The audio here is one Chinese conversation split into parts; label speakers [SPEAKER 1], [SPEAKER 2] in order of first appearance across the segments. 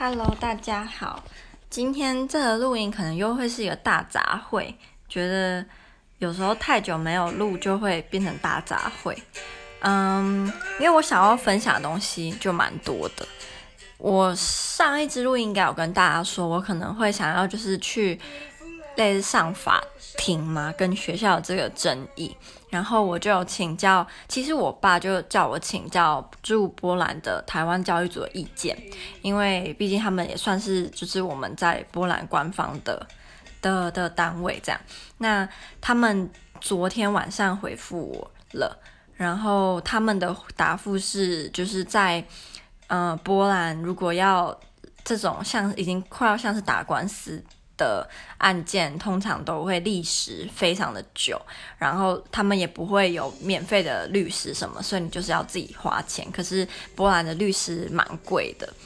[SPEAKER 1] Hello，大家好。今天这个录音可能又会是一个大杂烩，觉得有时候太久没有录就会变成大杂烩。因为我想要分享的东西就蛮多的。我上一支录音应该有跟大家说，我可能会想要就是去类似上法庭嘛，跟学校的这个争议。然后我就有请教，其实我爸就叫我请教驻波兰的台湾教育组的意见，因为毕竟他们也算是就是我们在波兰官方的单位这样。那他们昨天晚上回复我了，然后他们的答复是就是在波兰如果要这种像已经快要像是打官司的案件，通常都会历时非常的久，然后他们也不会有免费的律师什么，所以你就是要自己花钱。可是波兰的律师蛮贵的。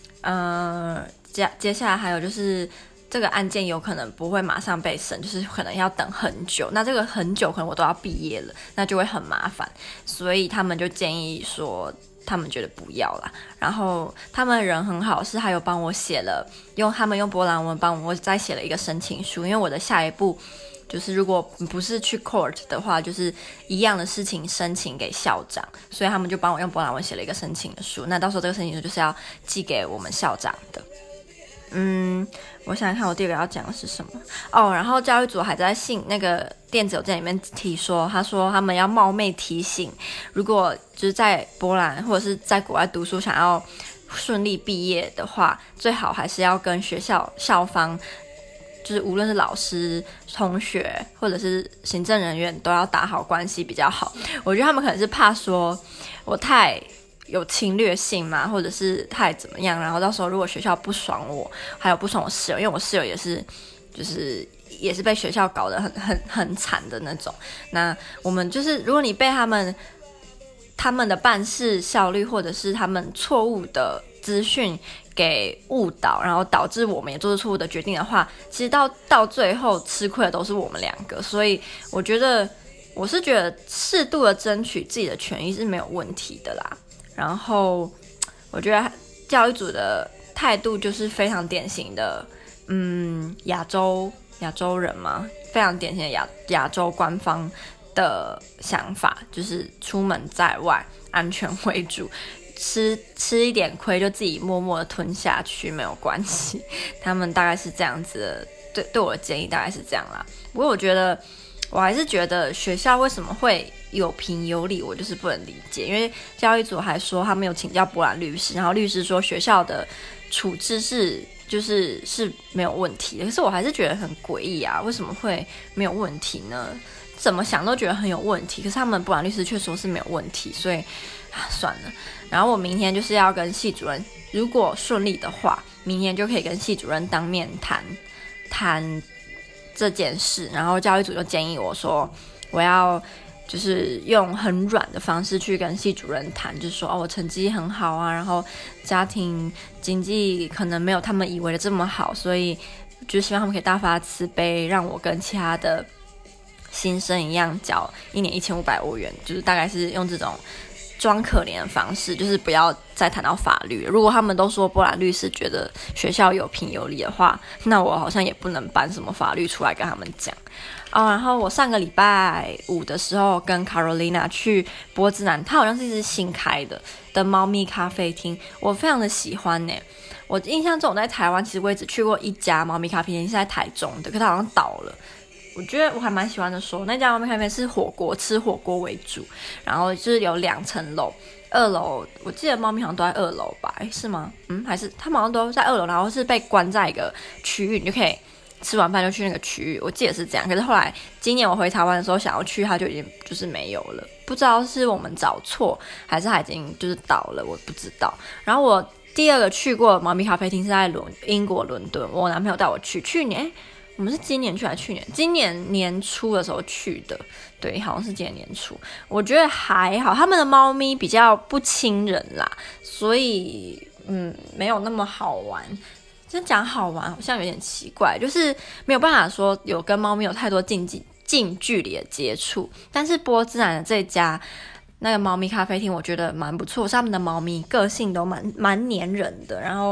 [SPEAKER 1] 接下来还有就是这个案件有可能不会马上被审，就是可能要等很久。那这个很久可能我都要毕业了，那就会很麻烦，所以他们就建议说他们觉得不要啦。然后他们人很好，是还有帮我写了，他们用波兰文帮我再写了一个申请书，因为我的下一步就是如果不是去 court 的话，就是一样的事情申请给校长，所以他们就帮我用波兰文写了一个申请的书。那到时候这个申请书就是要寄给我们校长的。我想想看，我第二个要讲的是什么然后教育组还在那个电子邮件里面提说，他说他们要冒昧提醒，如果就是在波兰或者是在国外读书想要顺利毕业的话，最好还是要跟学校校方，就是无论是老师、同学或者是行政人员都要打好关系比较好。我觉得他们可能是怕说我太有侵略性嘛，或者是太怎么样，然后到时候如果学校不爽我，还有不爽我室友，因为我室友也是被学校搞得很惨的那种。那我们就是如果你被他们的办事效率或者是他们错误的资讯给误导，然后导致我们也做出错误的决定的话，其实到最后吃亏的都是我们两个。所以我是觉得适度的争取自己的权益是没有问题的啦。然后我觉得教育组的态度就是非常典型的亚洲人嘛，非常典型的亚洲官方的想法，就是出门在外安全为主，吃一点亏就自己默默的吞下去没有关系。他们大概是这样子的，对我的建议大概是这样啦。不过我还是觉得学校为什么会有凭有理，我就是不能理解。因为教育组还说他们有请教波兰律师，然后律师说学校的处置是没有问题的。可是我还是觉得很诡异啊，为什么会没有问题呢？怎么想都觉得很有问题，可是他们波兰律师却说是没有问题，所以算了。然后我明天就是要跟系主任，如果顺利的话，明天就可以跟系主任当面谈这件事。然后教育组就建议我说，我要就是用很软的方式去跟系主任谈，就是说我成绩很好啊，然后家庭经济可能没有他们以为的这么好，所以就希望他们可以大发慈悲，让我跟其他的新生一样缴一年1500欧元，就是大概是用这种装可怜的方式，就是不要再谈到法律。如果他们都说波兰律师觉得学校有凭有理的话，那我好像也不能搬什么法律出来跟他们讲。然后我上个礼拜五的时候跟 Carolina 去波兹南，它好像是一只新开的猫咪咖啡厅，我非常的喜欢耶。我印象中我在台湾其实我也只去过一家猫咪咖啡厅，是在台中的，可它好像倒了。我觉得我还蛮喜欢的说，那家猫咪咖啡是吃火锅为主，然后就是有2层楼，2楼我记得猫咪好像都在2楼吧，是吗？还是他们好像都在2楼，然后是被关在一个区域，你就可以吃完饭就去那个区域，我记得是这样。可是后来今年我回台湾的时候想要去，它就已经就是没有了，不知道是我们找错还是它已经就是倒了，我不知道。然后我第二个去过的猫咪咖啡厅是在英国伦敦，我男朋友带我去年我们是今年去还是去年？今年年初的时候去的，对，好像是今年年初。我觉得还好，他们的猫咪比较不亲人啦，所以没有那么好玩。这讲好玩好像有点奇怪，就是没有办法说有跟猫咪有太多近距离的接触。但是波兹南的这家那个猫咪咖啡厅我觉得蛮不错，是他们的猫咪个性都蛮粘人的，然后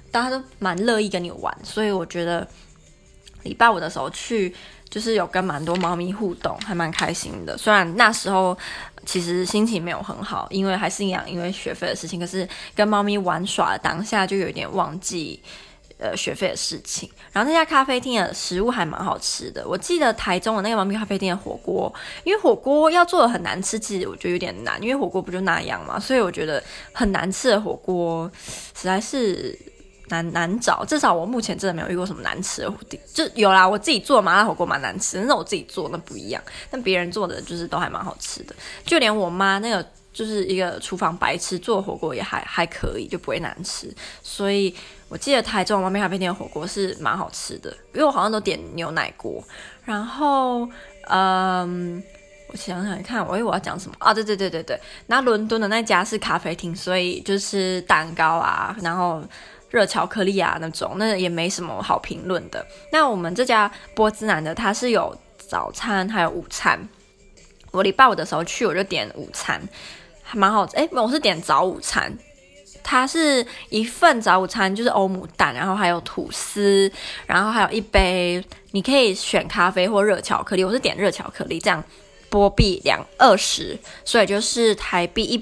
[SPEAKER 1] 大家都蛮乐意跟你玩，所以我觉得礼拜五的时候去，就是有跟蛮多猫咪互动，还蛮开心的。虽然那时候其实心情没有很好，因为还是因为学费的事情，可是跟猫咪玩耍的当下就有点忘记学费的事情。然后那家咖啡厅的食物还蛮好吃的，我记得台中的那个猫咪咖啡店的火锅，因为火锅要做的很难吃，其实我觉得有点难，因为火锅不就那样嘛，所以我觉得很难吃的火锅实在是难找，至少我目前真的没有遇过什么难吃的，就有啦，我自己做的麻辣火锅蛮难吃的，那我自己做那不一样，但别人做的就是都还蛮好吃的，就连我妈那个就是一个厨房白痴做火锅也还可以，就不会难吃。所以我记得台中猫咪咖啡店的火锅是蛮好吃的，因为我好像都点牛奶锅。然后我想想看，我要讲什么啊？对，那伦敦的那家是咖啡厅，所以就是蛋糕啊，然后热巧克力啊那种，那也没什么好评论的。那我们这家波兹南的它是有早餐还有午餐，我礼拜五的时候去我就点午餐，还蛮好吃。我是点早午餐，它是一份早午餐就是欧姆蛋，然后还有吐司，然后还有一杯你可以选咖啡或热巧克力，我是点热巧克力，这样波币20，所以就是台币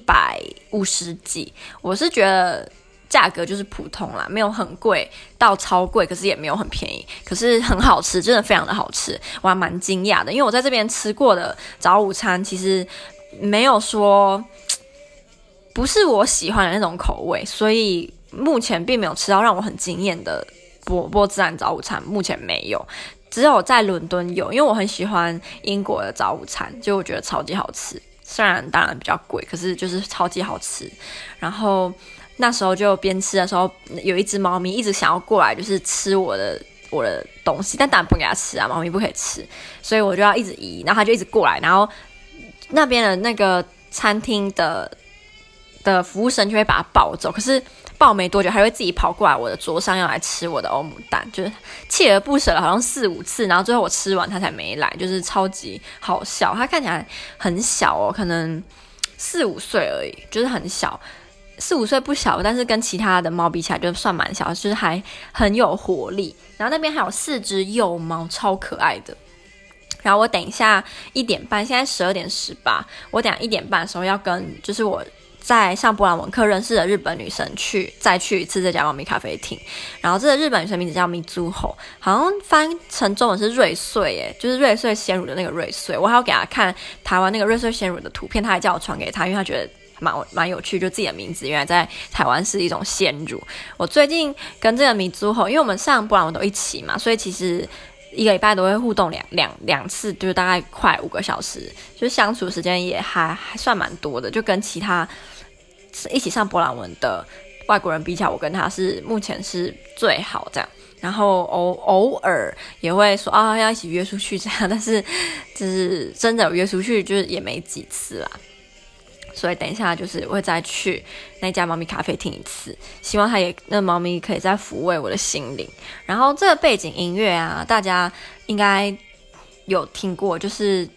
[SPEAKER 1] 150几。我是觉得价格就是普通啦，没有很贵到超贵，可是也没有很便宜，可是很好吃，真的非常的好吃，我还蛮惊讶的，因为我在这边吃过的早午餐其实没有说不是我喜欢的那种口味，所以目前并没有吃到让我很惊艳的波兹南早午餐，目前没有，只有在伦敦有，因为我很喜欢英国的早午餐，就我觉得超级好吃，虽然当然比较贵，可是就是超级好吃。然后那时候就边吃的时候，有一只猫咪一直想要过来，就是吃我的东西，但当然不给它吃啊，猫咪不可以吃，所以我就要一直移，然后它就一直过来，然后那边的那个餐厅的服务生就会把它抱走，可是抱没多久还会自己跑过来我的桌上要来吃我的欧姆蛋，就是锲而不舍了好像4-5次，然后最后我吃完它才没来，就是超级好笑。它看起来很小哦，可能4-5岁而已，就是很小，4-5岁不小，但是跟其他的猫比起来就算蛮小，就是还很有活力。然后那边还有4只幼猫，超可爱的。然后我等一下1点半，现在12:18，我等一下1点半的时候要跟就是我在上波兰文课认识的日本女生再去一次这家猫咪咖啡厅。然后这个日本女生名字叫咪珠吼，好像翻成中文是瑞穗耶，就是瑞穗鲜乳的那个瑞穗。我还要给她看台湾那个瑞穗鲜乳的图片，她还叫我传给她，因为她觉得蛮有趣，就自己的名字原来在台湾是一种鲜乳。我最近跟这个咪珠吼，因为我们上波兰文都一起嘛，所以其实1个礼拜都会互动两次，就是大概快5个小时，就是相处时间也还算蛮多的，就跟其他一起上波兰文的外国人比起来，我跟他是目前是最好这样。然后偶尔也会说啊要一起约出去这样，但是就是真的有约出去就是也没几次啦。所以等一下就是我会再去那家猫咪咖啡厅一次，希望那猫咪可以再抚慰我的心灵。然后这个背景音乐啊，大家应该有听过，就是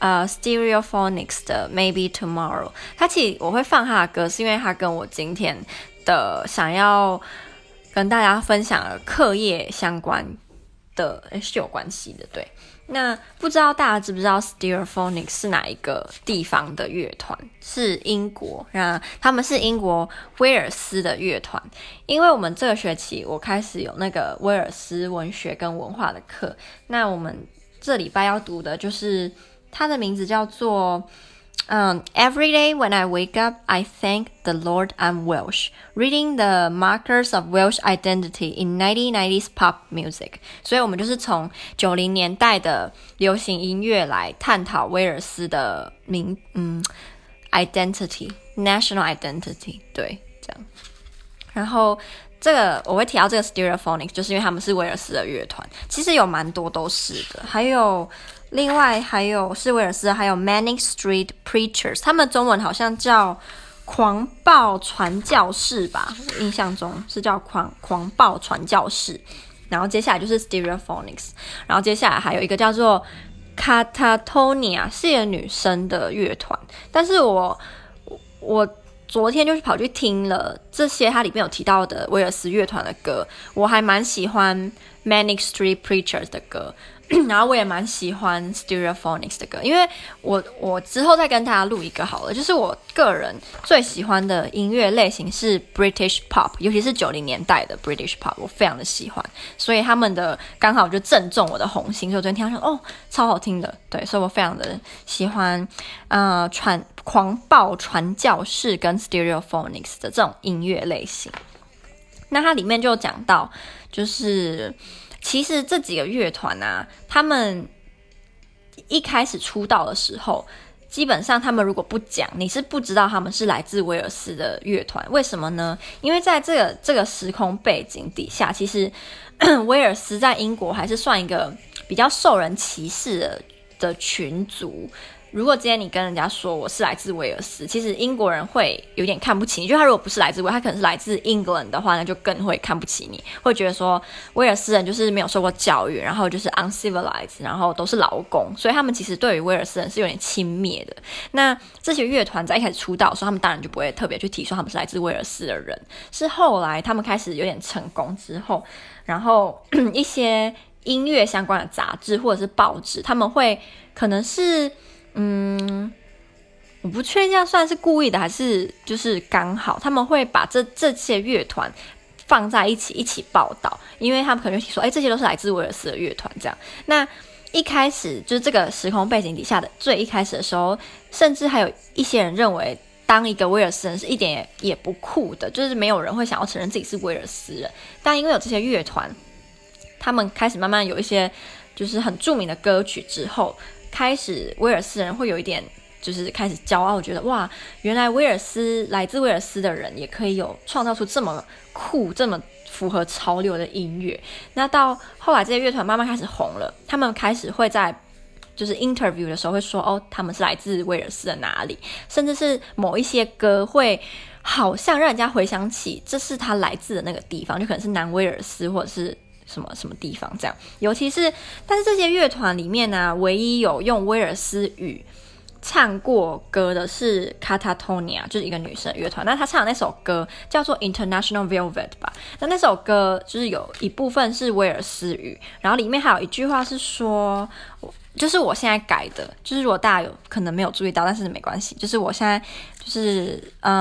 [SPEAKER 1] Stereophonics 的 Maybe Tomorrow。它其实我会放它的歌，是因为它跟我今天的想要跟大家分享的课业相关的是有关系的，对。那不知道大家知不知道 Stereophonics 是哪一个地方的乐团？是英国，那他们是英国威尔斯的乐团。因为我们这个学期我开始有那个威尔斯文学跟文化的课，那我们这礼拜要读的就是它的名字叫做Every day when I wake up, I thank the Lord I'm Welsh, reading the markers of Welsh identity in 1990s pop music. 所以我们就是从90年代的流行音乐来探讨威尔斯的identity, national identity. 对，这样。然后这个我会提到这个 Stereophonics， 就是因为他们是威尔斯的乐团，其实有蛮多都是的，另外还有是威尔斯的，还有 Manic Street Preachers， 他们中文好像叫狂暴传教士吧，我印象中是叫狂暴传教士。然后接下来就是 Stereophonics， 然后接下来还有一个叫做 Catatonia， 是一个女生的乐团，但是我昨天就是跑去听了这些它里面有提到的威尔斯乐团的歌，我还蛮喜欢 Manic Street Preachers 的歌，然后我也蛮喜欢 Stereophonics 的歌，因为我之后再跟大家录一个好了，就是我个人最喜欢的音乐类型是 British Pop， 尤其是90年代的 British Pop， 我非常的喜欢，所以他们的刚好就正中我的红心，所以我昨天听到说超好听的，对，所以我非常的喜欢狂暴传教士跟 Stereophonics 的这种音乐类型。那它里面就讲到，就是其实这几个乐团啊，他们一开始出道的时候，基本上他们如果不讲，你是不知道他们是来自威尔斯的乐团。为什么呢？因为在这个时空背景底下，其实威尔斯在英国还是算一个比较受人歧视的群族。如果今天你跟人家说我是来自威尔斯，其实英国人会有点看不起你，就他如果不是来自他可能是来自 England 的话，那就更会看不起你，会觉得说威尔斯人就是没有受过教育，然后就是 uncivilized， 然后都是劳工，所以他们其实对于威尔斯人是有点轻蔑的。那这些乐团在一开始出道的时候，他们当然就不会特别去提说他们是来自威尔斯的人，是后来他们开始有点成功之后，然后一些音乐相关的杂志或者是报纸，他们会可能是我不确定这样算是故意的还是就是刚好，他们会把这些乐团放在一起报道，因为他们可能就说这些都是来自威尔斯的乐团这样。那一开始就是这个时空背景底下的最一开始的时候，甚至还有一些人认为当一个威尔斯人是一点也不酷的，就是没有人会想要承认自己是威尔斯人。但因为有这些乐团，他们开始慢慢有一些就是很著名的歌曲之后，开始威尔斯人会有一点就是开始骄傲，觉得哇，原来来自威尔斯的人也可以有创造出这么酷这么符合潮流的音乐。那到后来这些乐团慢慢开始红了，他们开始会在就是 interview 的时候会说他们是来自威尔斯的哪里，甚至是某一些歌会好像让人家回想起这是他来自的那个地方，就可能是南威尔斯或者是什么什么地方这样。尤其是但是这些乐团里面呢，唯一有用威尔斯语唱过歌的是 Catatonia， 就是一个女生的乐团。那她唱的那首歌叫做 International Velvet 吧。那首歌就是有一部分是威尔斯语，然后里面还有一句话是说，就是我现在改的，就是如果大家有可能没有注意到，但是没关系，就是我现在就是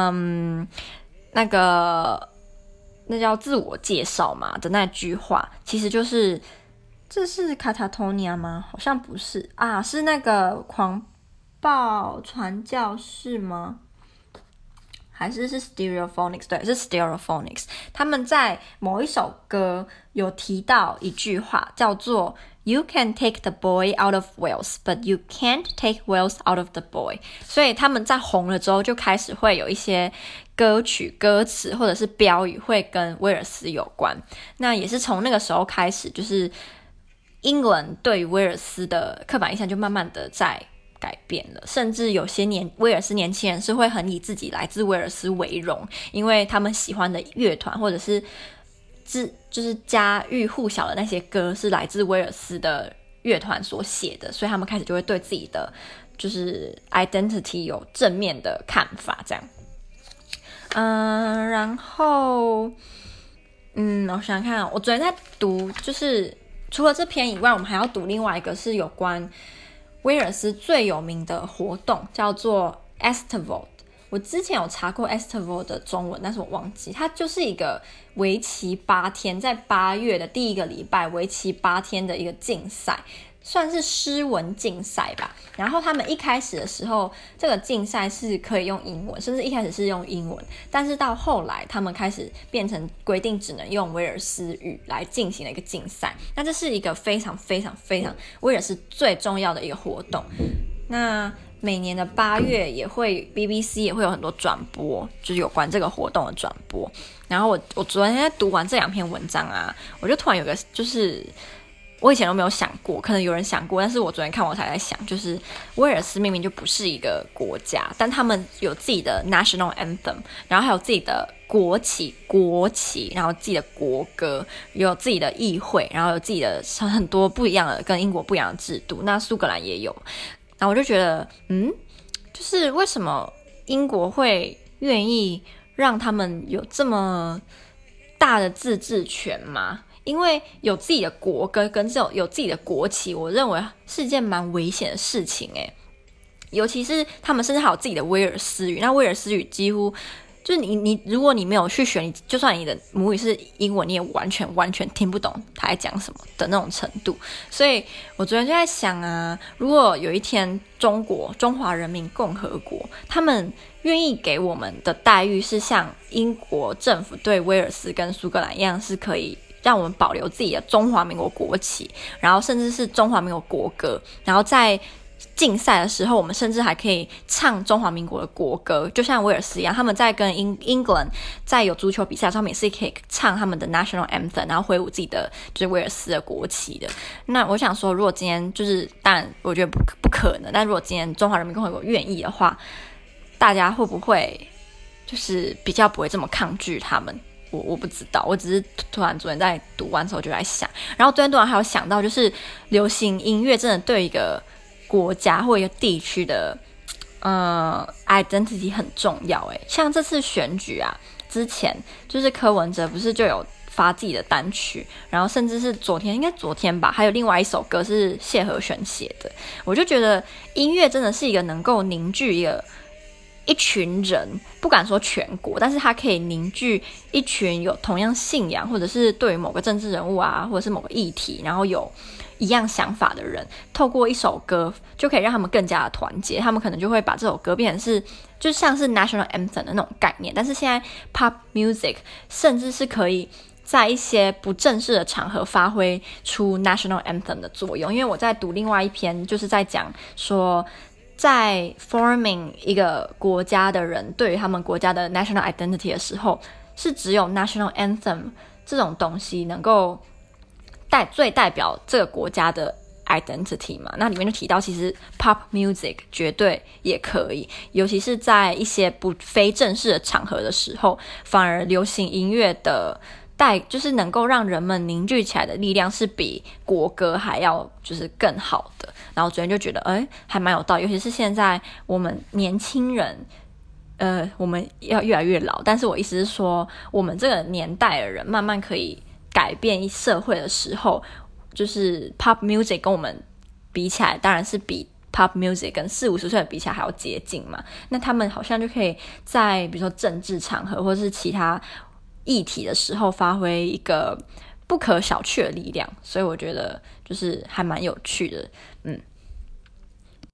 [SPEAKER 1] 那叫自我介绍嘛的那句话，其实就是这是 Catatonia 吗？好像不是啊，是那个狂暴传教士吗？还是 Stereophonics？ 对，是 Stereophonics。他们在某一首歌有提到一句话，叫做 You can take the boy out of Wales, but you can't take Wales out of the boy。 所以他们在红了之后，就开始会有一些歌曲歌词或者是标语会跟威尔斯有关。那也是从那个时候开始，就是英伦对于威尔斯的刻板印象就慢慢的在改变了，甚至有些威尔斯年轻人是会很以自己来自威尔斯为荣，因为他们喜欢的乐团或者是就是家喻户晓的那些歌是来自威尔斯的乐团所写的，所以他们开始就会对自己的就是 identity 有正面的看法这样。然后我想想看，我昨天在读，就是除了这篇以外，我们还要读另外一个是有关威尔斯最有名的活动，叫做 Eisteddfod。 我之前有查过 Eisteddfod 的中文，但是我忘记，它就是一个为期8天，在8月的第一个礼拜为期8天的一个竞赛，算是诗文竞赛吧。然后他们一开始的时候，这个竞赛是可以用英文，甚至一开始是用英文，但是到后来他们开始变成规定只能用威尔斯语来进行的一个竞赛。那这是一个非常非常非常威尔斯最重要的一个活动。那每年的8月也会 BBC 也会有很多转播，就是有关这个活动的转播。然后我昨天在读完这2篇文章啊，我就突然有个就是我以前都没有想过，可能有人想过，但是我昨天看我才在想，就是威尔斯明明就不是一个国家，但他们有自己的 national anthem， 然后还有自己的国旗，然后自己的国歌，有自己的议会，然后有自己的很多不一样的跟英国不一样的制度。那苏格兰也有，然后我就觉得就是为什么英国会愿意让他们有这么大的自治权吗？因为有自己的国歌跟有自己的国旗，我认为是件蛮危险的事情尤其是他们甚至还有自己的威尔斯语，那威尔斯语几乎就是如果你没有去学，你就算你的母语是英文，你也完全听不懂他在讲什么的那种程度。所以我昨天就在想啊，如果有一天中华人民共和国他们愿意给我们的待遇是像英国政府对威尔斯跟苏格兰一样，是可以让我们保留自己的中华民国国旗，然后甚至是中华民国国歌，然后在竞赛的时候我们甚至还可以唱中华民国的国歌，就像威尔斯一样，他们在跟England 在有足球比赛上面也是可以唱他们的 national anthem， 然后挥舞自己的就是威尔斯的国旗的。那我想说，如果今天就是当然我觉得不可能，但如果今天中华人民共和国愿意的话，大家会不会就是比较不会这么抗拒他们？我不知道，我只是突然昨天在读完之后就在想，然后昨天突然还有想到，就是流行音乐真的对一个国家或一个地区的identity 很重要像这次选举啊，之前就是柯文哲不是就有发自己的单曲，然后甚至是应该昨天吧，还有另外一首歌是谢和弦写的。我就觉得音乐真的是一个能够凝聚一群人，不敢说全国，但是它可以凝聚一群有同样信仰，或者是对于某个政治人物啊，或者是某个议题，然后有一样想法的人，透过一首歌就可以让他们更加的团结。他们可能就会把这首歌变成是就像是 national anthem 的那种概念，但是现在 pop music 甚至是可以在一些不正式的场合发挥出 national anthem 的作用。因为我在读另外一篇，就是在讲说在 forming 一个国家的人对于他们国家的 national identity 的时候，是只有 national anthem 这种东西能够最代表这个国家的 identity 嘛。那里面就提到其实 pop music 绝对也可以，尤其是在一些非正式的场合的时候，反而流行音乐的就是能够让人们凝聚起来的力量是比国歌还要就是更好的。然后昨天就觉得还蛮有道理，尤其是现在我们年轻人我们要越来越老，但是我意思是说我们这个年代的人慢慢可以改变社会的时候，就是 pop music 跟我们比起来当然是比 pop music 跟40-50岁的比起来还要接近嘛。那他们好像就可以在比如说政治场合或是其他议题的时候发挥一个不可小觑的力量，所以我觉得就是还蛮有趣的。